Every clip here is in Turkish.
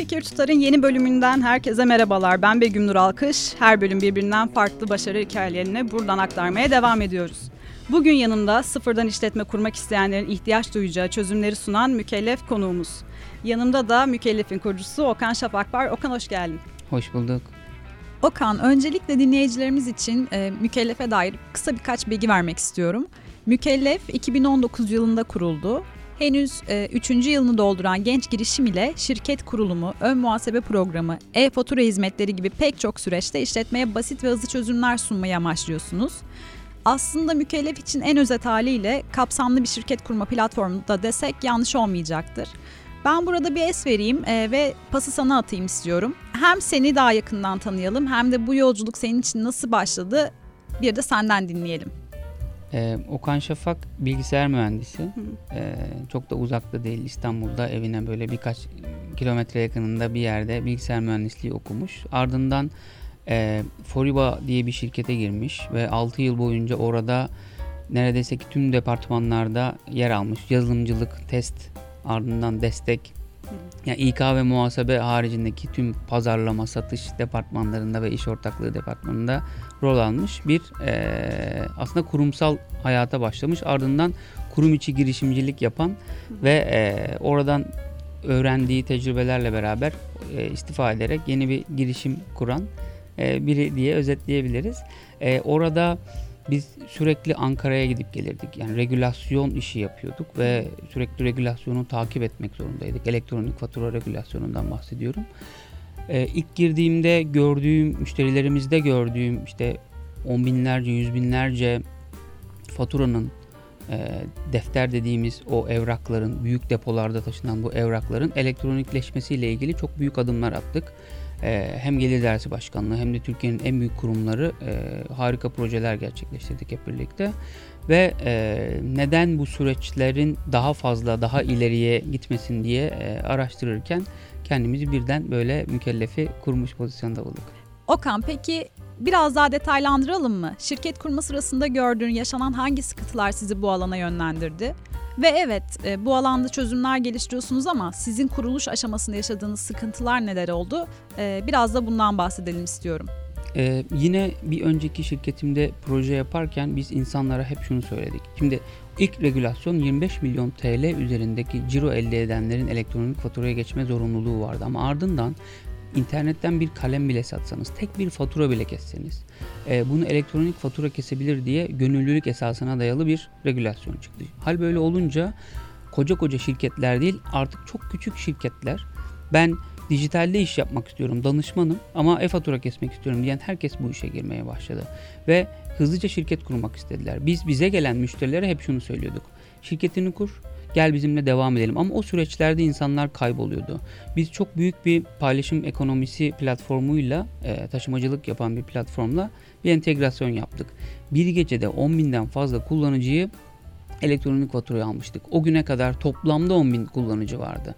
Fikir Tutar'ın yeni bölümünden herkese merhabalar. Ben Begüm Nur Alkış. Her bölüm birbirinden farklı başarı hikayelerini buradan aktarmaya devam ediyoruz. Bugün yanımda sıfırdan işletme kurmak isteyenlerin ihtiyaç duyacağı çözümleri sunan Mükellef konuğumuz. Yanımda da Mükellef'in kurucusu Okan Şafak var. Okan, hoş geldin. Hoş bulduk. Okan, öncelikle dinleyicilerimiz için Mükellef'e dair kısa birkaç bilgi vermek istiyorum. Mükellef 2019 yılında kuruldu. Henüz 3. yılını dolduran genç girişim ile şirket kurulumu, ön muhasebe programı, e-fatura hizmetleri gibi pek çok süreçte işletmeye basit ve hızlı çözümler sunmayı amaçlıyorsunuz. Aslında Mükellef için en özet haliyle kapsamlı bir şirket kurma platformu da desek yanlış olmayacaktır. Ben burada bir es vereyim ve pası sana atayım istiyorum. Hem seni daha yakından tanıyalım hem de bu yolculuk senin için nasıl başladı bir de senden dinleyelim. Okan Şafak bilgisayar mühendisi. Çok da uzakta değil, İstanbul'da evine böyle birkaç kilometre yakınında bir yerde bilgisayar mühendisliği okumuş. Ardından Foriba diye bir şirkete girmiş ve 6 yıl boyunca orada neredeyse ki tüm departmanlarda yer almış. Yazılımcılık, test, ardından destek, yani İK ve muhasebe haricindeki tüm pazarlama, satış departmanlarında ve iş ortaklığı departmanında rol almış bir aslında kurumsal hayata başlamış. Ardından kurum içi girişimcilik yapan ve oradan öğrendiği tecrübelerle beraber istifa ederek yeni bir girişim kuran biri diye özetleyebiliriz. Orada biz sürekli Ankara'ya gidip gelirdik. Yani regülasyon işi yapıyorduk ve sürekli regülasyonu takip etmek zorundaydık. Elektronik fatura regülasyonundan bahsediyorum. İlk girdiğimde gördüğüm, müşterilerimizde gördüğüm işte 10 binlerce, 100 binlerce faturanın defter dediğimiz o evrakların, büyük depolarda taşınan bu evrakların elektronikleşmesiyle ilgili çok büyük adımlar attık. Hem Gelir Dersi Başkanlığı hem de Türkiye'nin en büyük kurumları harika projeler gerçekleştirdik hep birlikte. Ve neden bu süreçlerin daha fazla, daha ileriye gitmesin diye araştırırken kendimizi birden böyle Mükellef'i kurmuş pozisyonda bulduk. Okan, peki biraz daha detaylandıralım mı? Şirket kurma sırasında gördüğün, yaşanan hangi sıkıntılar sizi bu alana yönlendirdi? Ve evet, bu alanda çözümler geliştiriyorsunuz ama sizin kuruluş aşamasında yaşadığınız sıkıntılar neler oldu? Biraz da bundan bahsedelim istiyorum. Yine bir önceki şirketimde proje yaparken biz insanlara hep şunu söyledik. Şimdi ilk regülasyon 25 milyon TL üzerindeki ciro elde edenlerin elektronik faturaya geçme zorunluluğu vardı. Ama ardından İnternetten bir kalem bile satsanız, tek bir fatura bile kesseniz bunu elektronik fatura kesebilir diye gönüllülük esasına dayalı bir regülasyon çıktı. Hal böyle olunca koca şirketler değil, artık çok küçük şirketler, ben dijitalde iş yapmak istiyorum, danışmanım ama e-fatura kesmek istiyorum diyen herkes bu işe girmeye başladı. Ve hızlıca şirket kurmak istediler. Biz bize gelen müşterilere hep şunu söylüyorduk: şirketini kur, gel bizimle devam edelim. Ama o süreçlerde insanlar kayboluyordu. Biz çok büyük bir paylaşım ekonomisi platformuyla, taşımacılık yapan bir platformla bir entegrasyon yaptık. Bir gecede 10 binden fazla kullanıcıyı elektronik faturaya almıştık. O güne kadar toplamda 10 bin kullanıcı vardı.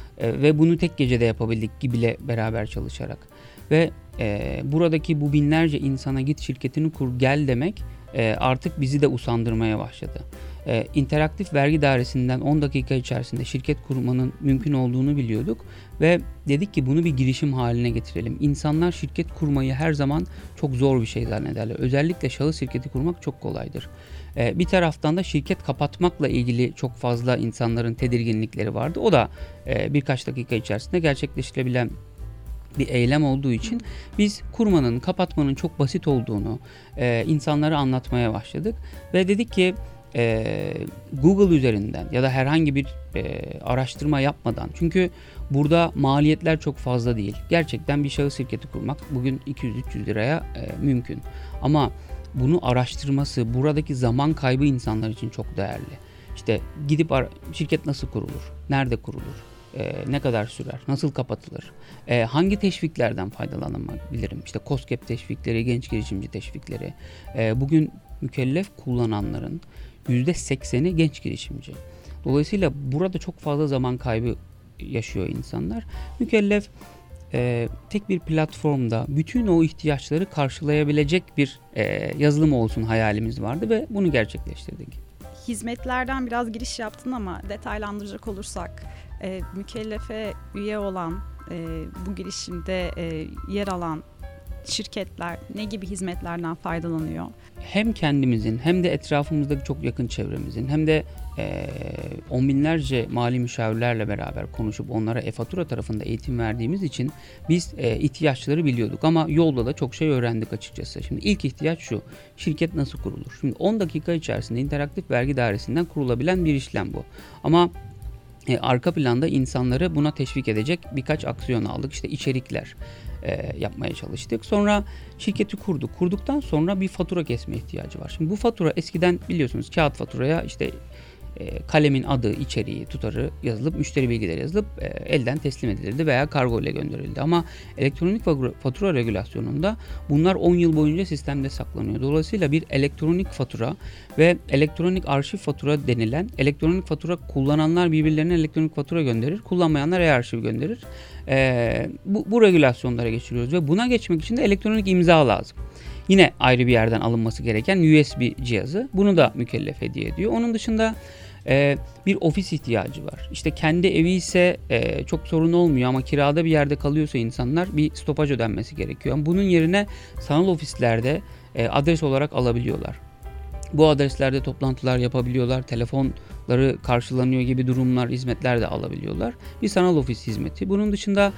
Ve bunu tek gecede yapabildik Gibi'yle beraber çalışarak. Ve buradaki bu binlerce insana git şirketini kur gel demek artık bizi de usandırmaya başladı. İnteraktif vergi dairesinden 10 dakika içerisinde şirket kurmanın mümkün olduğunu biliyorduk ve dedik ki bunu bir girişim haline getirelim. İnsanlar şirket kurmayı her zaman çok zor bir şey zannederler. Özellikle şahıs şirketi kurmak çok kolaydır. Bir taraftan da şirket kapatmakla ilgili çok fazla insanların tedirginlikleri vardı. O da birkaç dakika içerisinde gerçekleştirebilen bir eylem olduğu için biz kurmanın, kapatmanın çok basit olduğunu insanlara anlatmaya başladık ve dedik ki Google üzerinden ya da herhangi bir araştırma yapmadan, çünkü burada maliyetler çok fazla değil. Gerçekten bir şahıs şirketi kurmak bugün 200-300 liraya mümkün. Ama bunu araştırması, buradaki zaman kaybı insanlar için çok değerli. İşte gidip şirket nasıl kurulur, nerede kurulur, ne kadar sürer, nasıl kapatılır, hangi teşviklerden faydalanabilirim, işte KOSGEB teşvikleri, genç girişimci teşvikleri. Bugün Mükellef kullananların %80'i genç girişimci. Dolayısıyla burada çok fazla zaman kaybı yaşıyor insanlar. Mükellef tek bir platformda bütün o ihtiyaçları karşılayabilecek bir yazılım olsun hayalimiz vardı ve bunu gerçekleştirdik. Hizmetlerden biraz giriş yaptın ama detaylandıracak olursak Mükellef'e üye olan bu girişimde yer alan şirketler ne gibi hizmetlerden faydalanıyor? Hem kendimizin hem de etrafımızdaki çok yakın çevremizin hem de on binlerce mali müşavirlerle beraber konuşup onlara e-fatura tarafında eğitim verdiğimiz için biz ihtiyaçları biliyorduk ama yolda da çok şey öğrendik açıkçası. Şimdi ilk ihtiyaç şu: şirket nasıl kurulur? Şimdi 10 dakika içerisinde interaktif vergi dairesinden kurulabilen bir işlem bu. Ama arka planda insanları buna teşvik edecek birkaç aksiyon aldık. İşte içerikler yapmaya çalıştık. Sonra şirketi kurduk. Kurduktan sonra bir fatura kesme ihtiyacı var. Şimdi bu fatura eskiden biliyorsunuz kağıt faturaya işte kalemin adı, içeriği, tutarı yazılıp, müşteri bilgileri yazılıp elden teslim edilirdi veya kargo ile gönderildi. Ama elektronik fatura regülasyonunda bunlar 10 yıl boyunca sistemde saklanıyor. Dolayısıyla bir elektronik fatura ve elektronik arşiv fatura denilen, elektronik fatura kullananlar birbirlerine elektronik fatura gönderir, kullanmayanlar e-arşiv gönderir. Bu regülasyonlara geçiriyoruz ve buna geçmek için de elektronik imza lazım. Yine ayrı bir yerden alınması gereken USB cihazı. Bunu da mükellef hediye ediyor. Onun dışında bir ofis ihtiyacı var. İşte kendi evi ise çok sorun olmuyor ama kirada bir yerde kalıyorsa insanlar bir stopaj ödenmesi gerekiyor. Bunun yerine sanal ofislerde adres olarak alabiliyorlar. Bu adreslerde toplantılar yapabiliyorlar, telefonları karşılanıyor gibi durumlar, hizmetler de alabiliyorlar. Bir sanal ofis hizmeti. Bunun dışında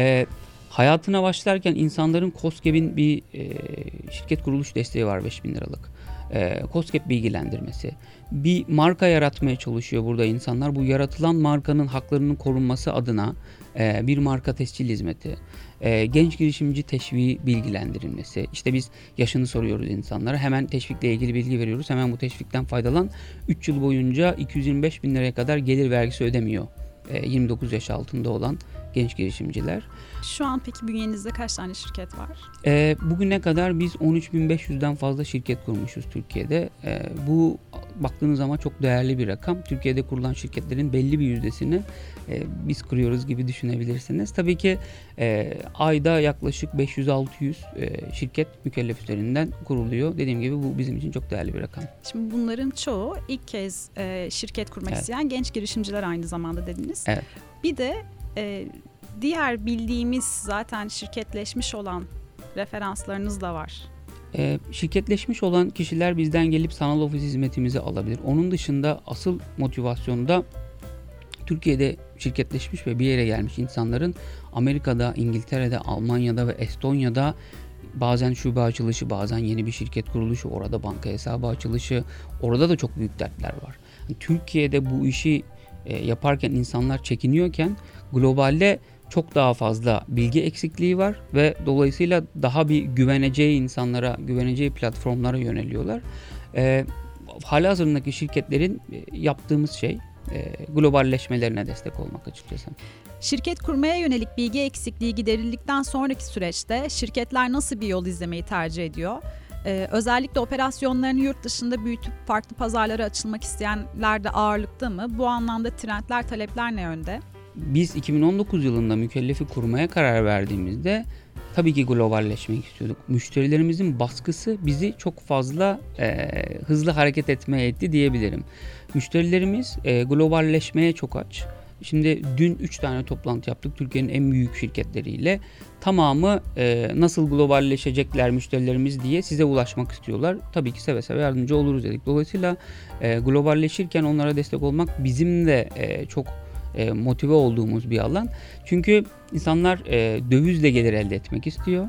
hayatına başlarken insanların KOSGEB'in bir şirket kuruluş desteği var 5.000 liralık. KOSGEB bilgilendirmesi. Bir marka yaratmaya çalışıyor burada insanlar. Bu yaratılan markanın haklarının korunması adına bir marka tescil hizmeti. Genç girişimci teşviği bilgilendirilmesi. İşte biz yaşını soruyoruz insanlara. Hemen teşvikle ilgili bilgi veriyoruz. Hemen bu teşvikten faydalan. 3 yıl boyunca 225.000 liraya kadar gelir vergisi ödemiyor 29 yaş altında olan genç girişimciler. Şu an peki bünyenizde kaç tane şirket var? Bugüne kadar biz 13.500'den fazla şirket kurmuşuz Türkiye'de. Bu baktığınız zaman çok değerli bir rakam. Türkiye'de kurulan şirketlerin belli bir yüzdesini biz kuruyoruz gibi düşünebilirsiniz. Tabii ki ayda yaklaşık 500-600 şirket mükellef üzerinden kuruluyor. Dediğim gibi bu bizim için çok değerli bir rakam. Şimdi bunların çoğu ilk kez şirket kurmak isteyen genç girişimciler aynı zamanda dediniz. Evet. Bir de diğer bildiğimiz zaten şirketleşmiş olan referanslarınız da var. Şirketleşmiş olan kişiler bizden gelip sanal ofis hizmetimizi alabilir. Onun dışında asıl motivasyonda Türkiye'de şirketleşmiş ve bir yere gelmiş insanların Amerika'da, İngiltere'de, Almanya'da ve Estonya'da bazen şube açılışı, bazen yeni bir şirket kuruluşu, orada banka hesabı açılışı, orada da çok büyük dertler var. Türkiye'de bu işi yaparken insanlar çekiniyorken globalde çok daha fazla bilgi eksikliği var ve dolayısıyla daha bir güveneceği insanlara, güveneceği platformlara yöneliyorlar. Halihazırındaki şirketlerin yaptığımız şey globalleşmelerine destek olmak açıkçası. Şirket kurmaya yönelik bilgi eksikliği giderildikten sonraki süreçte şirketler nasıl bir yol izlemeyi tercih ediyor? Özellikle operasyonlarını yurt dışında büyütüp farklı pazarlara açılmak isteyenler de ağırlıkta mı? Bu anlamda trendler, talepler ne yönde? Biz 2019 yılında mükellefi kurmaya karar verdiğimizde tabii ki globalleşmek istiyorduk. Müşterilerimizin baskısı bizi çok fazla hızlı hareket etmeye etti diyebilirim. Müşterilerimiz globalleşmeye çok aç. Şimdi dün 3 tane toplantı yaptık Türkiye'nin en büyük şirketleriyle. Tamamı nasıl globalleşecekler müşterilerimiz diye size ulaşmak istiyorlar. Tabii ki seve seve yardımcı oluruz dedik. Dolayısıyla globalleşirken onlara destek olmak bizim de çok motive olduğumuz bir alan. Çünkü insanlar dövizle gelir elde etmek istiyor.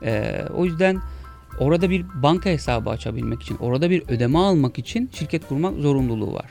O yüzden orada bir banka hesabı açabilmek için, orada bir ödeme almak için şirket kurmak zorunluluğu var.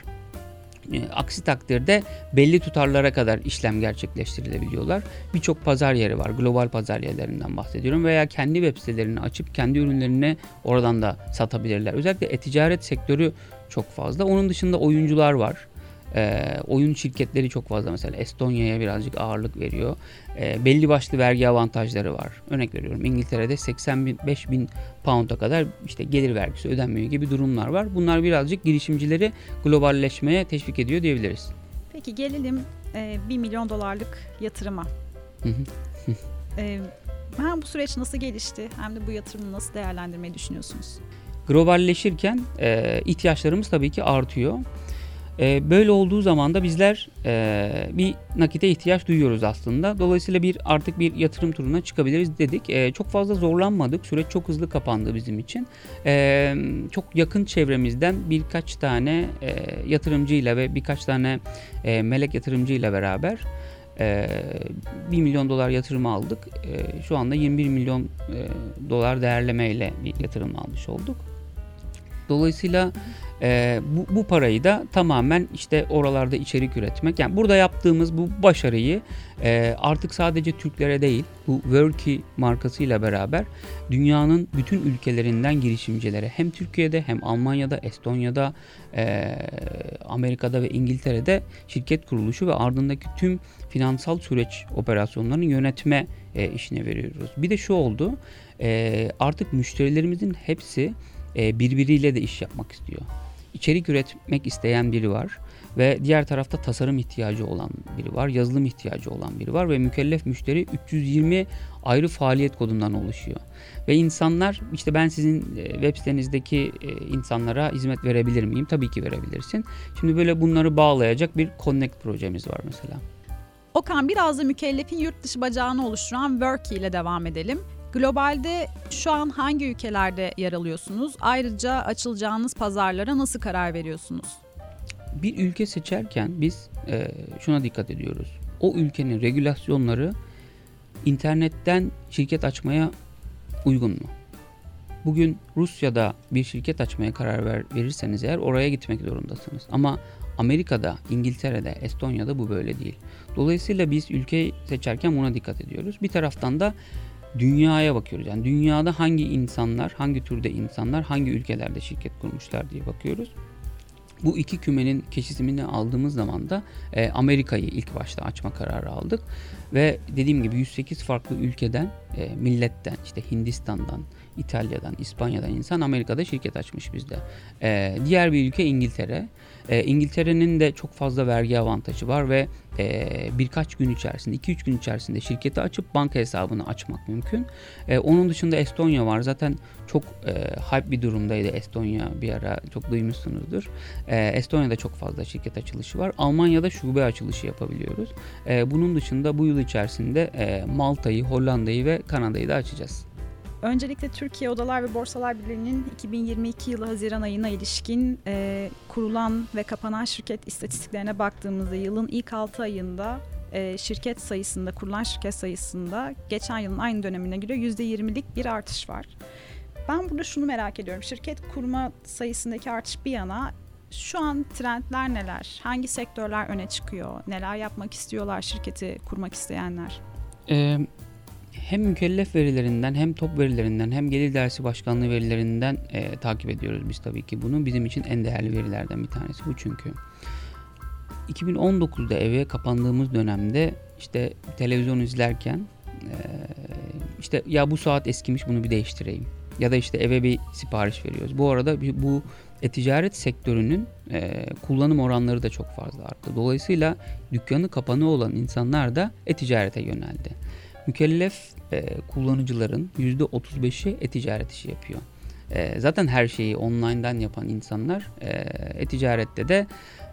Aksi takdirde belli tutarlara kadar işlem gerçekleştirilebiliyorlar. Birçok pazar yeri var. Global pazar yerlerinden bahsediyorum. Veya kendi web sitelerini açıp kendi ürünlerini oradan da satabilirler. Özellikle e-ticaret sektörü çok fazla. Onun dışında oyuncular var. Oyun şirketleri çok fazla, mesela Estonya'ya birazcık ağırlık veriyor. Belli başlı vergi avantajları var. Örnek veriyorum, İngiltere'de 85.000 pound'a kadar işte gelir vergisi ödenmiyor gibi durumlar var. Bunlar birazcık girişimcileri globalleşmeye teşvik ediyor diyebiliriz. Peki gelelim 1 milyon dolarlık yatırıma. Hem bu süreç nasıl gelişti hem de bu yatırımı nasıl değerlendirmeyi düşünüyorsunuz? Globalleşirken ihtiyaçlarımız tabii ki artıyor. Böyle olduğu zaman da bizler bir nakite ihtiyaç duyuyoruz aslında. Dolayısıyla artık bir yatırım turuna çıkabiliriz dedik. Çok fazla zorlanmadık. Süreç çok hızlı kapandı bizim için. Çok yakın çevremizden birkaç tane yatırımcıyla ve birkaç tane melek yatırımcıyla beraber 1 milyon dolar yatırım aldık. Şu anda 21 milyon dolar değerlemeyle bir yatırım almış olduk. Dolayısıyla bu parayı da tamamen işte oralarda içerik üretmek. Yani burada yaptığımız bu başarıyı artık sadece Türklere değil, bu Worky markasıyla beraber dünyanın bütün ülkelerinden girişimcilere, hem Türkiye'de hem Almanya'da, Estonya'da, Amerika'da ve İngiltere'de şirket kuruluşu ve ardındaki tüm finansal süreç operasyonlarını yönetme işine veriyoruz. Bir de şu oldu, artık müşterilerimizin hepsi birbiriyle de iş yapmak istiyor. İçerik üretmek isteyen biri var ve diğer tarafta tasarım ihtiyacı olan biri var, yazılım ihtiyacı olan biri var ve mükellef müşteri 320 ayrı faaliyet kodundan oluşuyor. Ve insanlar, işte ben sizin web sitenizdeki insanlara hizmet verebilir miyim? Tabii ki verebilirsin. Şimdi böyle bunları bağlayacak bir Connect projemiz var mesela. Okan, biraz da mükellefin yurt dışı bacağını oluşturan Worky ile devam edelim. Globalde şu an hangi ülkelerde yer alıyorsunuz? Ayrıca açılacağınız pazarlara nasıl karar veriyorsunuz? Bir ülke seçerken biz şuna dikkat ediyoruz. O ülkenin regülasyonları internetten şirket açmaya uygun mu? Bugün Rusya'da bir şirket açmaya karar verirseniz eğer oraya gitmek zorundasınız. Ama Amerika'da, İngiltere'de, Estonya'da bu böyle değil. Dolayısıyla biz ülkeyi seçerken buna dikkat ediyoruz. Bir taraftan da dünyaya bakıyoruz. Yani dünyada hangi insanlar, hangi türde insanlar, hangi ülkelerde şirket kurmuşlar diye bakıyoruz. Bu iki kümenin keşifini aldığımız zaman da Amerika'yı ilk başta açma kararı aldık. Ve dediğim gibi 108 farklı ülkeden, milletten, işte Hindistan'dan, İtalya'dan, İspanya'dan insan Amerika'da şirket açmış bizde. Diğer bir ülke İngiltere. İngiltere'nin de çok fazla vergi avantajı var ve birkaç gün içerisinde, 2-3 gün içerisinde şirketi açıp banka hesabını açmak mümkün. Onun dışında Estonya var. Zaten çok hype bir durumdaydı Estonya, bir ara çok duymuşsunuzdur. Estonya'da çok fazla şirket açılışı var. Almanya'da şube açılışı yapabiliyoruz. Bunun dışında bu yıl içerisinde Malta'yı, Hollanda'yı ve Kanada'yı da açacağız. Öncelikle Türkiye Odalar ve Borsalar Birliği'nin 2022 yılı Haziran ayına ilişkin kurulan ve kapanan şirket istatistiklerine baktığımızda yılın ilk 6 ayında şirket sayısında, kurulan şirket sayısında geçen yılın aynı dönemine göre %20'lik bir artış var. Ben burada şunu merak ediyorum. Şirket kurma sayısındaki artış bir yana, şu an trendler neler? Hangi sektörler öne çıkıyor? Neler yapmak istiyorlar şirketi kurmak isteyenler? Hem mükellef verilerinden, hem top verilerinden, hem gelir dersi başkanlığı verilerinden takip ediyoruz biz tabii ki bunu. Bizim için en değerli verilerden bir tanesi bu çünkü. 2019'da eve kapandığımız dönemde işte televizyon izlerken işte ya bu saat eskimiş, bunu bir değiştireyim. Ya da işte eve bir sipariş veriyoruz. Bu arada bu e-ticaret sektörünün kullanım oranları da çok fazla arttı. Dolayısıyla dükkanı kapanı olan insanlar da e-ticarete yöneldi. Mükellef kullanıcıların %35'i e-ticaret işi yapıyor. Zaten her şeyi online'dan yapan insanlar e-ticarette de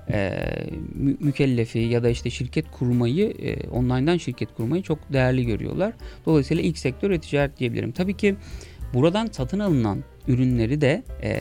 mükellefi ya da işte şirket kurmayı, online'dan şirket kurmayı çok değerli görüyorlar. Dolayısıyla ilk sektör e-ticaret diyebilirim. Tabii ki buradan satın alınan ürünleri de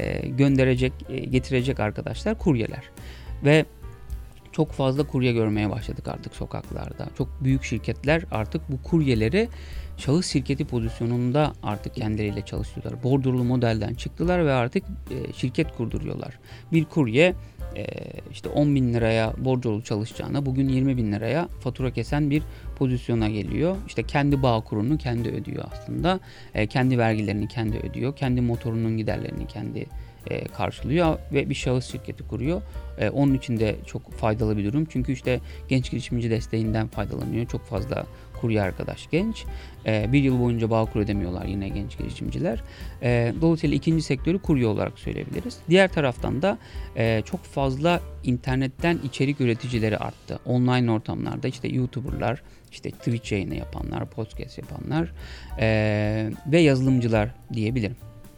getirecek arkadaşlar kuryeler. Ve çok fazla kurye görmeye başladık artık sokaklarda. Çok büyük şirketler artık bu kuryeleri şahıs şirketi pozisyonunda artık kendileriyle çalışıyorlar. Bordrolu modelden çıktılar ve artık şirket kurduruyorlar. Bir kurye işte 10 bin liraya bordrolu çalışacağına bugün 20 bin liraya fatura kesen bir pozisyona geliyor. İşte kendi Bağkur'unu kendi ödüyor aslında. Kendi vergilerini kendi ödüyor. Kendi motorunun giderlerini kendi karşılıyor ve bir şahıs şirketi kuruyor. Onun için de çok faydalı bir durum. Çünkü işte genç girişimci desteğinden faydalanıyor. Çok fazla kurye arkadaş genç. Bir yıl boyunca Bağkur ödemiyorlar yine genç girişimciler. Dolayısıyla ikinci sektörü kurye olarak söyleyebiliriz. Diğer taraftan da çok fazla internetten içerik üreticileri arttı. Online ortamlarda işte YouTuber'lar, işte Twitch yayını yapanlar, podcast yapanlar ve yazılımcılar diyebilirim.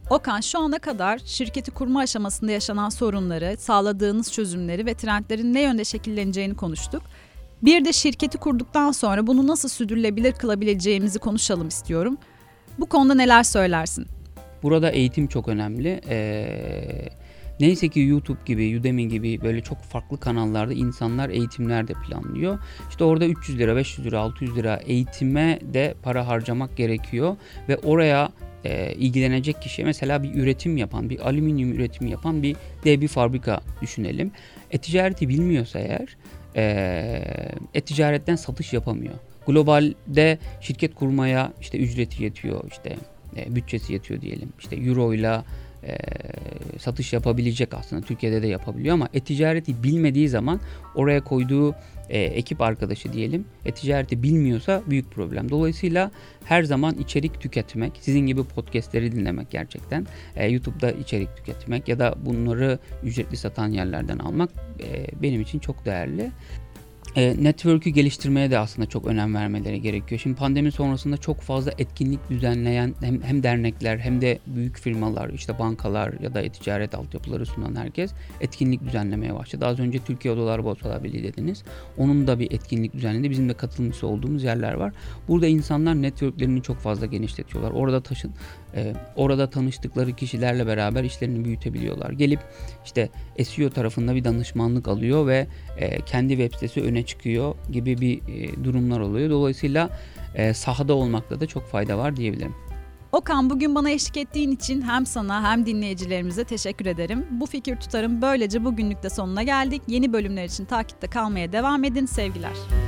Okan, şu ana kadar şirketi kurma aşamasında yaşanan sorunları, sağladığınız çözümleri ve trendlerin ne yönde şekilleneceğini konuştuk. Bir de şirketi kurduktan sonra bunu nasıl sürdürülebilir kılabileceğimizi konuşalım istiyorum. Bu konuda neler söylersin? Burada eğitim çok önemli. Neyse ki YouTube gibi, Udemy gibi böyle çok farklı kanallarda insanlar eğitimler de planlıyor. İşte orada 300 lira, 500 lira, 600 lira eğitime de para harcamak gerekiyor. Ve oraya ilgilenecek kişi, mesela bir üretim yapan, bir alüminyum üretimi yapan bir dev bir fabrika düşünelim. E-ticareti bilmiyorsa eğer e-ticaretten satış yapamıyor. Globalde şirket kurmaya işte ücreti yetiyor, işte bütçesi yetiyor diyelim. İşte euro ile satış yapabilecek, aslında Türkiye'de de yapabiliyor ama e-ticareti bilmediği zaman oraya koyduğu ekip arkadaşı diyelim e-ticareti bilmiyorsa büyük problem. Dolayısıyla her zaman içerik tüketmek, sizin gibi podcastleri dinlemek gerçekten, YouTube'da içerik tüketmek ya da bunları ücretli satan yerlerden almak benim için çok değerli. Network'ü geliştirmeye de aslında çok önem vermeleri gerekiyor. Şimdi pandemi sonrasında çok fazla etkinlik düzenleyen hem dernekler hem de büyük firmalar, işte bankalar ya da e-ticaret altyapıları sunan herkes etkinlik düzenlemeye başladı. Az önce Türkiye Odalar Borsalar Birliği dediniz. Onun da bir etkinlik düzenledi. Bizim de katılımcısı olduğumuz yerler var. Burada insanlar networklerini çok fazla genişletiyorlar. Orada tanıştıkları kişilerle beraber işlerini büyütebiliyorlar. Gelip işte SEO tarafında bir danışmanlık alıyor ve kendi web sitesi öne çıkıyor gibi bir durumlar oluyor. Dolayısıyla sahada olmakta da çok fayda var diyebilirim. Okan, bugün bana eşlik ettiğin için hem sana hem dinleyicilerimize teşekkür ederim. Bu fikir tutarım böylece bugünlük de sonuna geldik. Yeni bölümler için takipte kalmaya devam edin. Sevgiler.